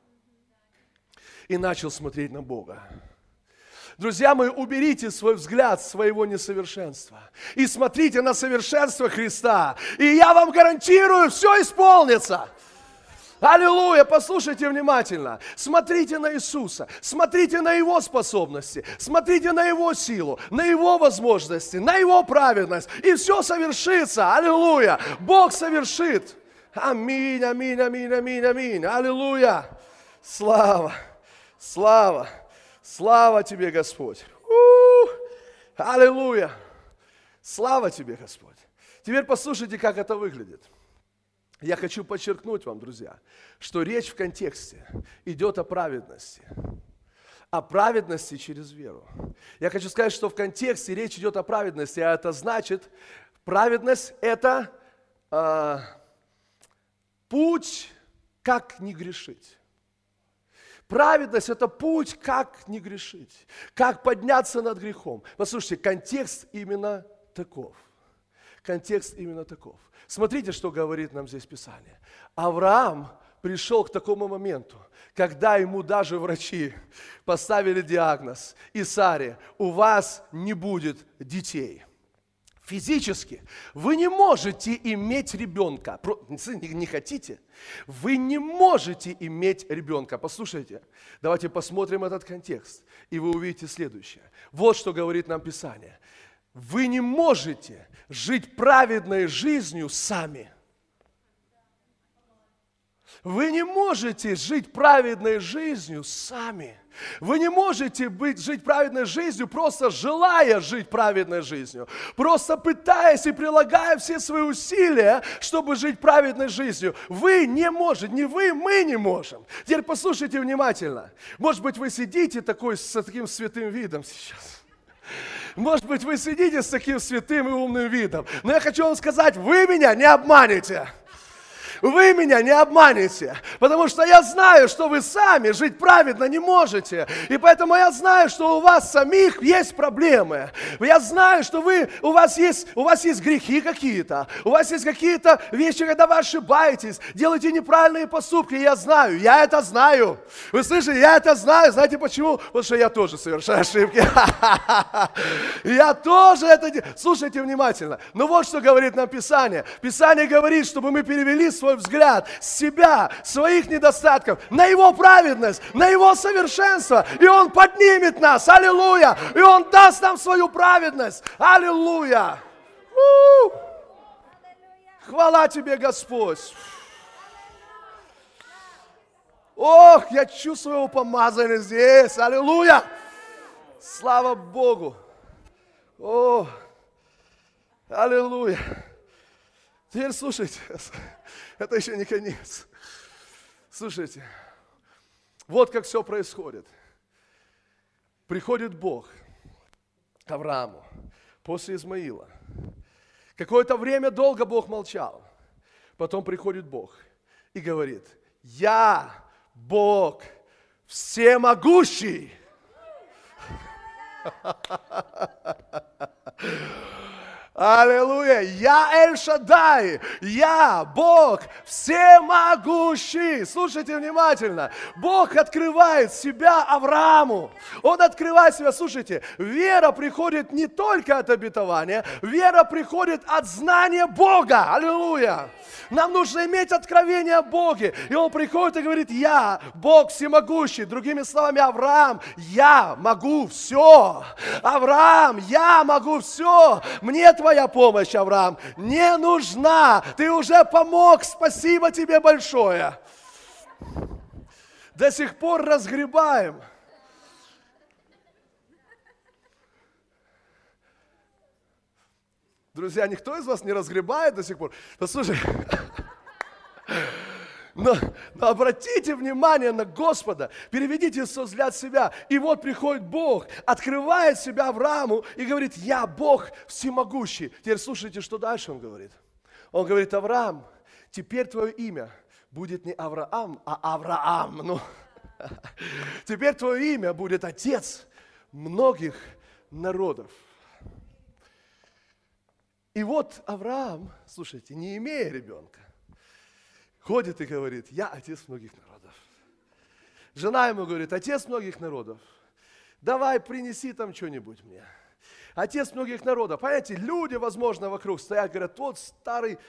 и начал смотреть на Бога. Друзья мои, уберите свой взгляд с своего несовершенства и смотрите на совершенство Христа. И я вам гарантирую, все исполнится. Аллилуйя! Послушайте внимательно. Смотрите на Иисуса, смотрите на Его способности, смотрите на Его силу, на Его возможности, на Его праведность. И все совершится. Аллилуйя! Бог совершит. Аминь, аминь, аминь, аминь, аминь. Аллилуйя! Слава! Слава, слава Тебе, Господь. Аллилуйя. Слава Тебе, Господь. Теперь послушайте, как это выглядит. Я хочу подчеркнуть вам, друзья, что речь в контексте идет о праведности. О праведности через веру. Я хочу сказать, что в контексте речь идет о праведности, а это значит, праведность – это путь, как не грешить. Праведность – это путь, как не грешить, как подняться над грехом. Послушайте, контекст именно таков. Контекст именно таков. Смотрите, что говорит нам здесь Писание. Авраам пришел к такому моменту, когда ему даже врачи поставили диагноз: и Саре, у вас не будет детей. Физически вы не можете иметь ребенка. Не хотите? Вы не можете иметь ребенка. Послушайте, давайте посмотрим этот контекст, и вы увидите следующее. Вот что говорит нам Писание. Вы не можете жить праведной жизнью сами. Вы не можете жить праведной жизнью сами. Вы не можете жить праведной жизнью, просто желая жить праведной жизнью, просто пытаясь и прилагая все свои усилия, чтобы жить праведной жизнью. Вы не можете, не вы, мы не можем. Теперь послушайте внимательно. Может быть, вы сидите с таким святым видом сейчас. Может быть, вы сидите с таким святым и умным видом. Но я хочу вам сказать, вы меня не обманете. Вы меня не обманете, потому что я знаю, что вы сами жить праведно не можете. И поэтому я знаю, что у вас самих есть проблемы. Я знаю, что у вас есть грехи какие-то. У вас есть какие-то вещи, когда вы ошибаетесь, делаете неправильные поступки. И я это знаю. Вы слышите, я это знаю. Знаете почему? Потому что я тоже совершаю ошибки. Я тоже это делаю. Слушайте внимательно. Но вот что говорит нам Писание. Писание говорит, чтобы мы перевели свой взгляд с себя, своих недостатков, на Его праведность, на Его совершенство. И Он поднимет нас. Аллилуйя. И Он даст нам свою праведность. Аллилуйя. Хвала Тебе, Господь. Ох, я чувствую Его помазание здесь. Аллилуйя. Слава Богу. О, аллилуйя. Теперь слушайте, это еще не конец. Слушайте, вот как все происходит. Приходит Бог к Аврааму после Измаила. Какое-то время долго Бог молчал. Потом приходит Бог и говорит: я Бог всемогущий. Аллилуйя! Я Эль-Шаддай, я Бог всемогущий. Слушайте внимательно. Бог открывает себя Аврааму. Он открывает себя, слушайте, вера приходит не только от обетования, вера приходит от знания Бога. Аллилуйя! Нам нужно иметь откровение о Боге. И он приходит и говорит, я Бог всемогущий. Другими словами, Авраам, я могу все. Авраам, я могу все. Мне твоя помощь, Авраам, не нужна. Ты уже помог, спасибо тебе большое. До сих пор разгребаем. Друзья, никто из вас не разгребает до сих пор? Послушай, но обратите внимание на Господа, переведите свой взгляд в себя. И вот приходит Бог, открывает себя Аврааму и говорит, я Бог всемогущий. Теперь слушайте, что дальше он говорит. Он говорит, Авраам, теперь твое имя будет не Авраам, а Авраам. Ну, теперь твое имя будет Отец многих народов. И вот Авраам, слушайте, не имея ребенка, ходит и говорит, я отец многих народов. Жена ему говорит, отец многих народов, давай принеси там что-нибудь мне. Отец многих народов. Понимаете, люди, возможно, вокруг стоят, говорят, тот старый,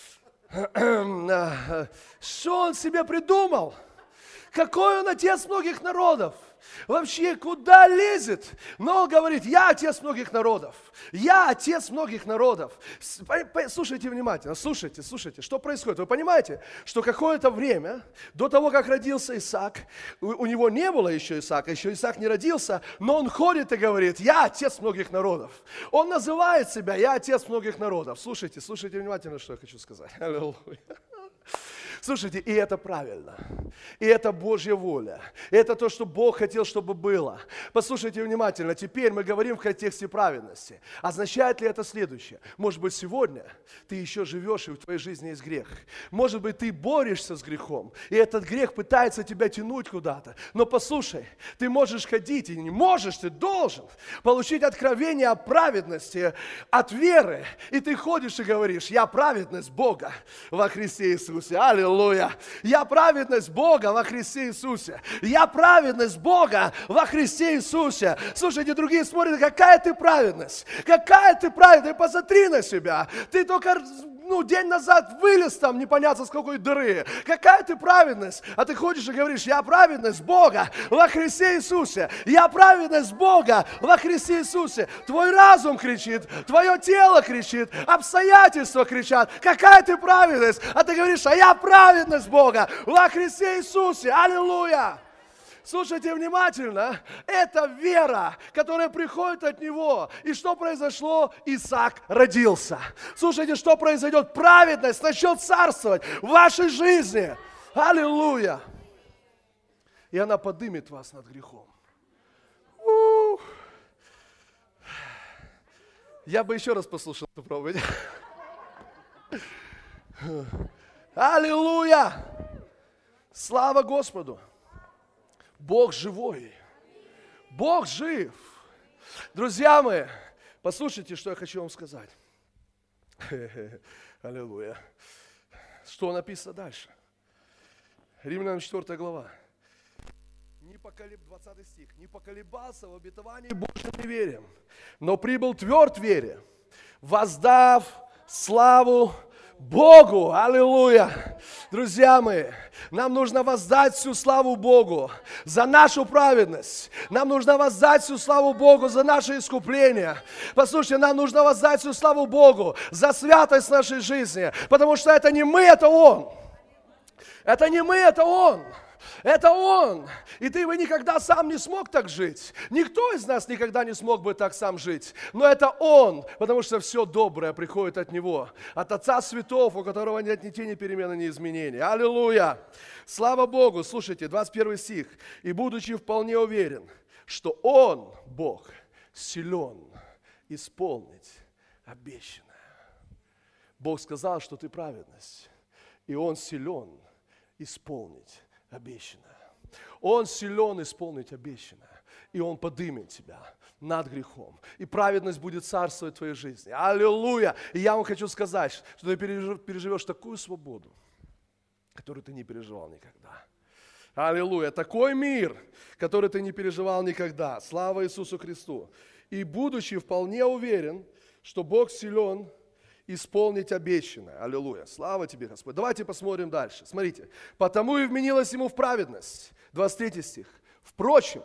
что он себе придумал? Какой он отец многих народов? Вообще, куда лезет? Но он говорит, я отец многих народов. Я отец многих народов. Слушайте внимательно, слушайте, что происходит. Вы понимаете, что какое-то время, до того, как родился Исаак, у него не было еще Исаак не родился, но он ходит и говорит, я отец многих народов. Он называет себя, я отец многих народов. Слушайте внимательно, что я хочу сказать. Аллилуйя. Слушайте, и это правильно, и это Божья воля, и это то, что Бог хотел, чтобы было. Послушайте внимательно, теперь мы говорим в контексте праведности. Означает ли это следующее? Может быть, сегодня ты еще живешь, и в твоей жизни есть грех. Может быть, ты борешься с грехом, и этот грех пытается тебя тянуть куда-то. Но послушай, ты можешь ходить, и не можешь, ты должен получить откровение о праведности от веры. И ты ходишь и говоришь, я праведность Бога во Христе Иисусе. Аллилуйя. Я праведность Бога во Христе Иисусе. Я праведность Бога во Христе Иисусе. Слушайте, другие смотрят, какая ты праведность. Какая ты праведность. Посмотри на себя. Ты только день назад вылез там непонятно с какой дыры. Какая ты праведность. А ты ходишь и говоришь, я праведность Бога во Христе Иисусе. Я праведность Бога во Христе Иисусе. Твой разум кричит, твое тело кричит, обстоятельства кричат. Какая ты праведность. А ты говоришь, а я праведность Бога во Христе Иисусе. Аллилуйя. Слушайте внимательно, это вера, которая приходит от Него. И что произошло? Исаак родился. Слушайте, что произойдет? Праведность начнет царствовать в вашей жизни. Аллилуйя. И она поднимет вас над грехом. Я бы еще раз послушал эту проповедь. Аллилуйя. Слава Господу. Бог живой. Бог жив. Друзья мои, послушайте, что я хочу вам сказать. Аллилуйя. Что написано дальше? Римлянам 4 глава. 20 стих. Не поколебался в обетовании Божьем неверием, но прибыл тверд в вере, воздав славу Богу. Аллилуйя. Друзья мои, нам нужно воздать всю славу Богу за нашу праведность. Нам нужно воздать всю славу Богу за наше искупление. Послушайте, нам нужно воздать всю славу Богу за святость нашей жизни. Потому что это не мы, это Он. Это не мы, это Он. Это Он. И ты бы никогда сам не смог так жить. Никто из нас никогда не смог бы так сам жить. Но это Он, потому что все доброе приходит от Него. От Отца Святов, у которого нет ни тени перемены, ни изменений. Аллилуйя. Слава Богу. Слушайте, 21 стих. И будучи вполне уверен, что Он, Бог, силен исполнить обещанное. Бог сказал, что ты праведность. И Он силен исполнить обещанное. Он силен исполнить обещанное. и Он поднимет тебя над грехом. И праведность будет царствовать в твоей жизни. Аллилуйя! И я вам хочу сказать, что ты переживешь такую свободу, которую ты не переживал никогда. Аллилуйя! Такой мир, который ты не переживал никогда. Слава Иисусу Христу! И будучи вполне уверен, что Бог силен исполнить обещанное. Аллилуйя! Слава тебе, Господь! Давайте посмотрим дальше. Смотрите. «Потому и вменилось ему в праведность». 23 стих. «Впрочем,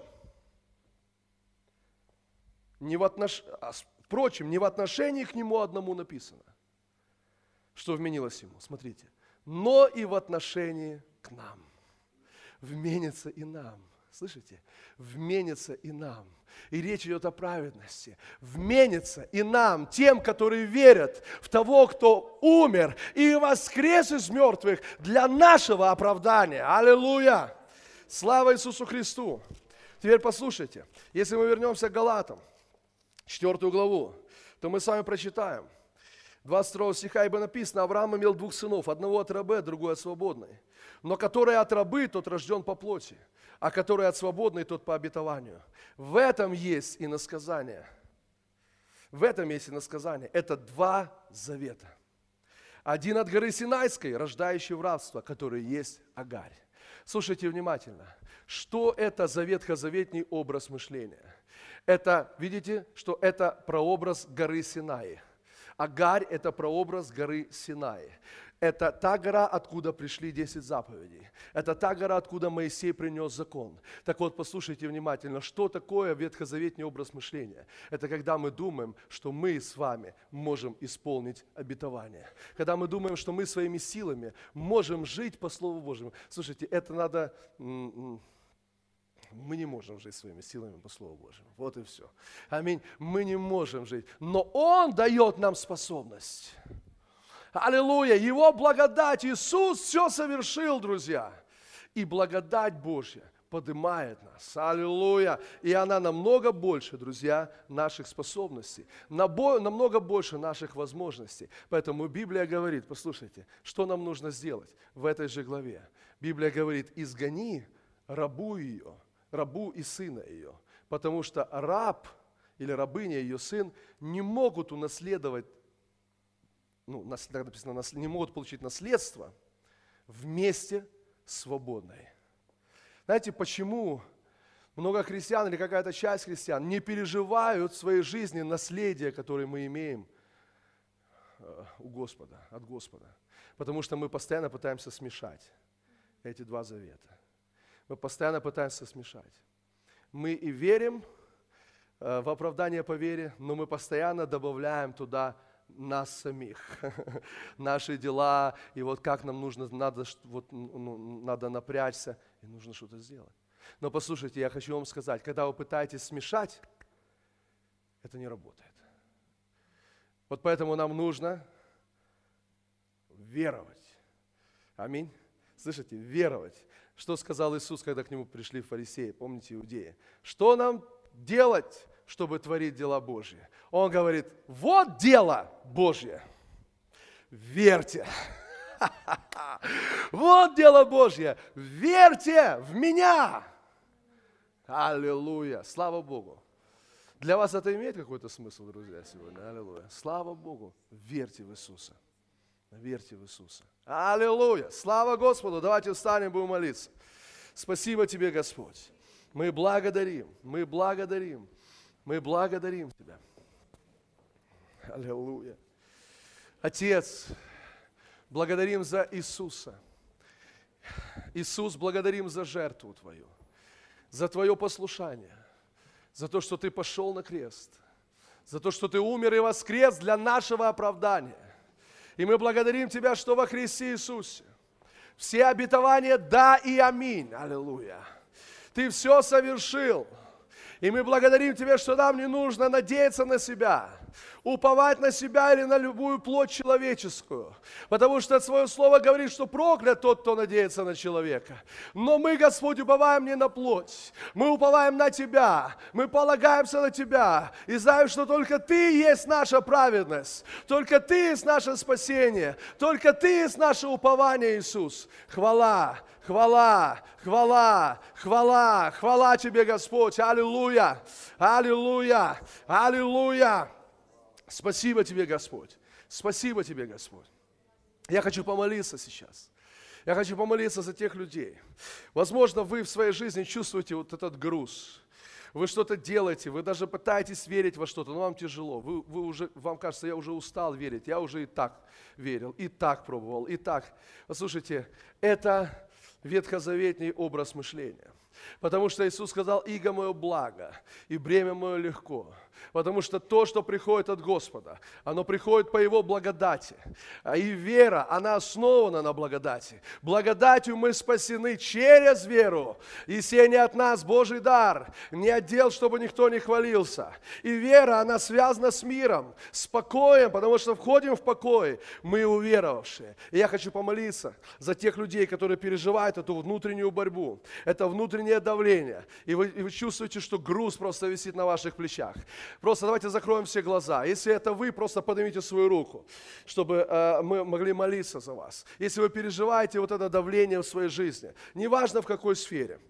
не в отношении к нему одному написано, что вменилось ему». Смотрите. «Но и в отношении к нам». Вменится и нам. Слышите? Вменится и нам. И речь идет о праведности. Вменится и нам, тем, которые верят в того, кто умер и воскрес из мертвых для нашего оправдания. Аллилуйя! Слава Иисусу Христу! Теперь послушайте, если мы вернемся к Галатам, 4 главу, то мы с вами прочитаем. 22 стиха, ибо написано: Авраам имел 2 сынов, одного от рабы, другого от свободной. Но который от рабы, тот рожден по плоти, а который от свободной, тот по обетованию. В этом есть иносказание. В этом есть иносказание. Это 2 завета. Один от горы Синайской, рождающий в рабство, который есть Агарь. Слушайте внимательно. Что это за ветхозаветний образ мышления? Это, видите, что это прообраз горы Синай. Агарь – это прообраз горы Синай. Это та гора, откуда пришли 10 заповедей. Это та гора, откуда Моисей принес закон. Так вот, послушайте внимательно, что такое ветхозаветный образ мышления? Это когда мы думаем, что мы с вами можем исполнить обетование. Когда мы думаем, что мы своими силами можем жить по Слову Божьему. Слушайте, это надо... Мы не можем жить своими силами по Слову Божьему. Вот и все. Аминь. Мы не можем жить. Но Он дает нам способность. Аллилуйя! Его благодать, Иисус все совершил, друзья. И благодать Божья поднимает нас. Аллилуйя! И она намного больше, друзья, наших способностей. Намного больше наших возможностей. Поэтому Библия говорит, послушайте, что нам нужно сделать в этой же главе. Библия говорит: изгони рабу ее, рабу и сына ее. Потому что раб или рабыня, ее сын, не могут унаследовать, написано, не могут получить наследство вместе с свободной. Знаете, почему много христиан или какая-то часть христиан не переживают в своей жизни наследие, которое мы имеем у Господа, от Господа? Потому что мы постоянно пытаемся смешать эти 2 завета. Мы постоянно пытаемся смешать. Мы и верим в оправдание по вере, но мы постоянно добавляем туда нас самих, наши дела, и вот как нам надо напрячься, и нужно что-то сделать. Но послушайте, я хочу вам сказать, когда вы пытаетесь смешать, это не работает. Вот поэтому нам нужно веровать. Аминь. Слышите, веровать. Что сказал Иисус, когда к Нему пришли фарисеи, помните, иудеи? Что нам делать, чтобы творить дела Божьи? Он говорит: вот дело Божье, верьте. Вот дело Божье, верьте в Меня. Аллилуйя, слава Богу. Для вас это имеет какой-то смысл, друзья, сегодня? Аллилуйя. Слава Богу, верьте в Иисуса. Верьте в Иисуса. Аллилуйя! Слава Господу! Давайте встанем, будем молиться. Спасибо Тебе, Господь. Мы благодарим Тебя. Аллилуйя. Отец, благодарим за Иисуса. Иисус, благодарим за жертву Твою, за Твое послушание, за то, что Ты пошел на крест, за то, что Ты умер и воскрес для нашего оправдания. И мы благодарим Тебя, что во Христе Иисусе все обетования да и аминь. Аллилуйя. Ты все совершил. И мы благодарим Тебя, что нам не нужно надеяться на себя, уповать на себя или на любую плоть человеческую. Потому что Твое Слово говорит, что проклят тот, кто надеется на человека. Но мы, Господь, уповаем не на плоть. Мы уповаем на Тебя. Мы полагаемся на Тебя. И знаем, что только Ты есть наша праведность. Только Ты есть наше спасение. Только Ты есть наше упование, Иисус. Хвала Хвала, хвала, хвала, хвала Тебе, Господь. Аллилуйя, аллилуйя, аллилуйя. Спасибо Тебе, Господь. Спасибо Тебе, Господь. Я хочу помолиться сейчас. Я хочу помолиться за тех людей. Возможно, вы в своей жизни чувствуете вот этот груз. Вы что-то делаете, вы даже пытаетесь верить во что-то, но вам тяжело. Вам кажется, я уже устал верить, я уже и так верил, и так пробовал, и так. Послушайте, это ветхозаветный образ мышления. Потому что Иисус сказал: иго мое благо, и бремя мое легко. Потому что то, что приходит от Господа, оно приходит по Его благодати. И вера, она основана на благодати. Благодатью мы спасены через веру. И сие не от нас Божий дар, не от дел, чтобы никто не хвалился. И вера, она связана с миром, с покоем, потому что входим в покой, мы уверовавшие. И я хочу помолиться за тех людей, которые переживают эту внутреннюю борьбу, это внутреннее давление. И вы чувствуете, что груз просто висит на ваших плечах. Просто давайте закроем все глаза. Если это вы, просто поднимите свою руку, чтобы мы могли молиться за вас. Если вы переживаете вот это давление в своей жизни, неважно в какой сфере,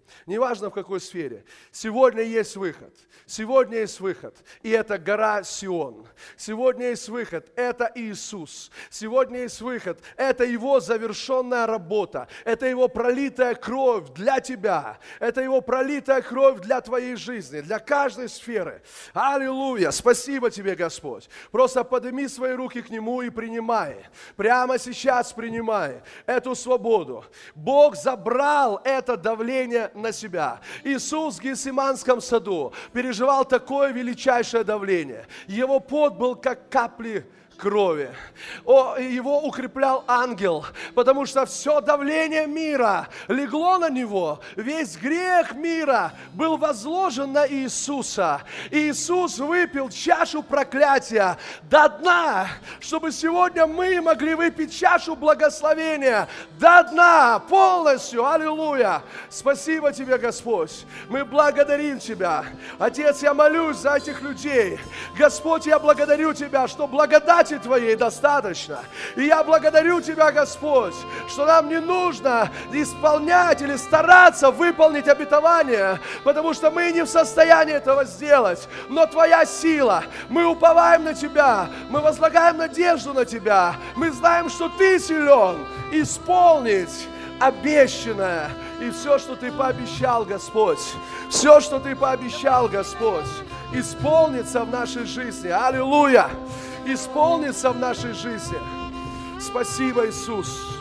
сегодня есть выход. Сегодня есть выход. И это гора Сион. Сегодня есть выход. Это Иисус. Сегодня есть выход. Это Его завершенная работа. Это Его пролитая кровь для тебя. Это Его пролитая кровь для твоей жизни, для каждой сферы. Аллилуйя! Спасибо Тебе, Господь. Просто подними свои руки к Нему и принимай. Прямо сейчас принимай эту свободу. Бог забрал это давление на себя. Иисус в Гефсиманском саду переживал такое величайшее давление. Его пот был как капли крови. Его укреплял ангел, потому что все давление мира легло на него. Весь грех мира был возложен на Иисуса. Иисус выпил чашу проклятия до дна, чтобы сегодня мы могли выпить чашу благословения до дна, полностью. Аллилуйя! Спасибо Тебе, Господь. Мы благодарим Тебя. Отец, я молюсь за этих людей. Господь, я благодарю Тебя, что благодать Твоей достаточно. И я благодарю Тебя, Господь, что нам не нужно исполнять или стараться выполнить обетование, потому что мы не в состоянии этого сделать. Но Твоя сила, мы уповаем на Тебя, мы возлагаем надежду на Тебя. Мы знаем, что Ты силен исполнить обещанное. И все, что Ты пообещал, Господь, все, что Ты пообещал, Господь, исполнится в нашей жизни. Аллилуйя! Исполнится в нашей жизни. Спасибо, Иисус.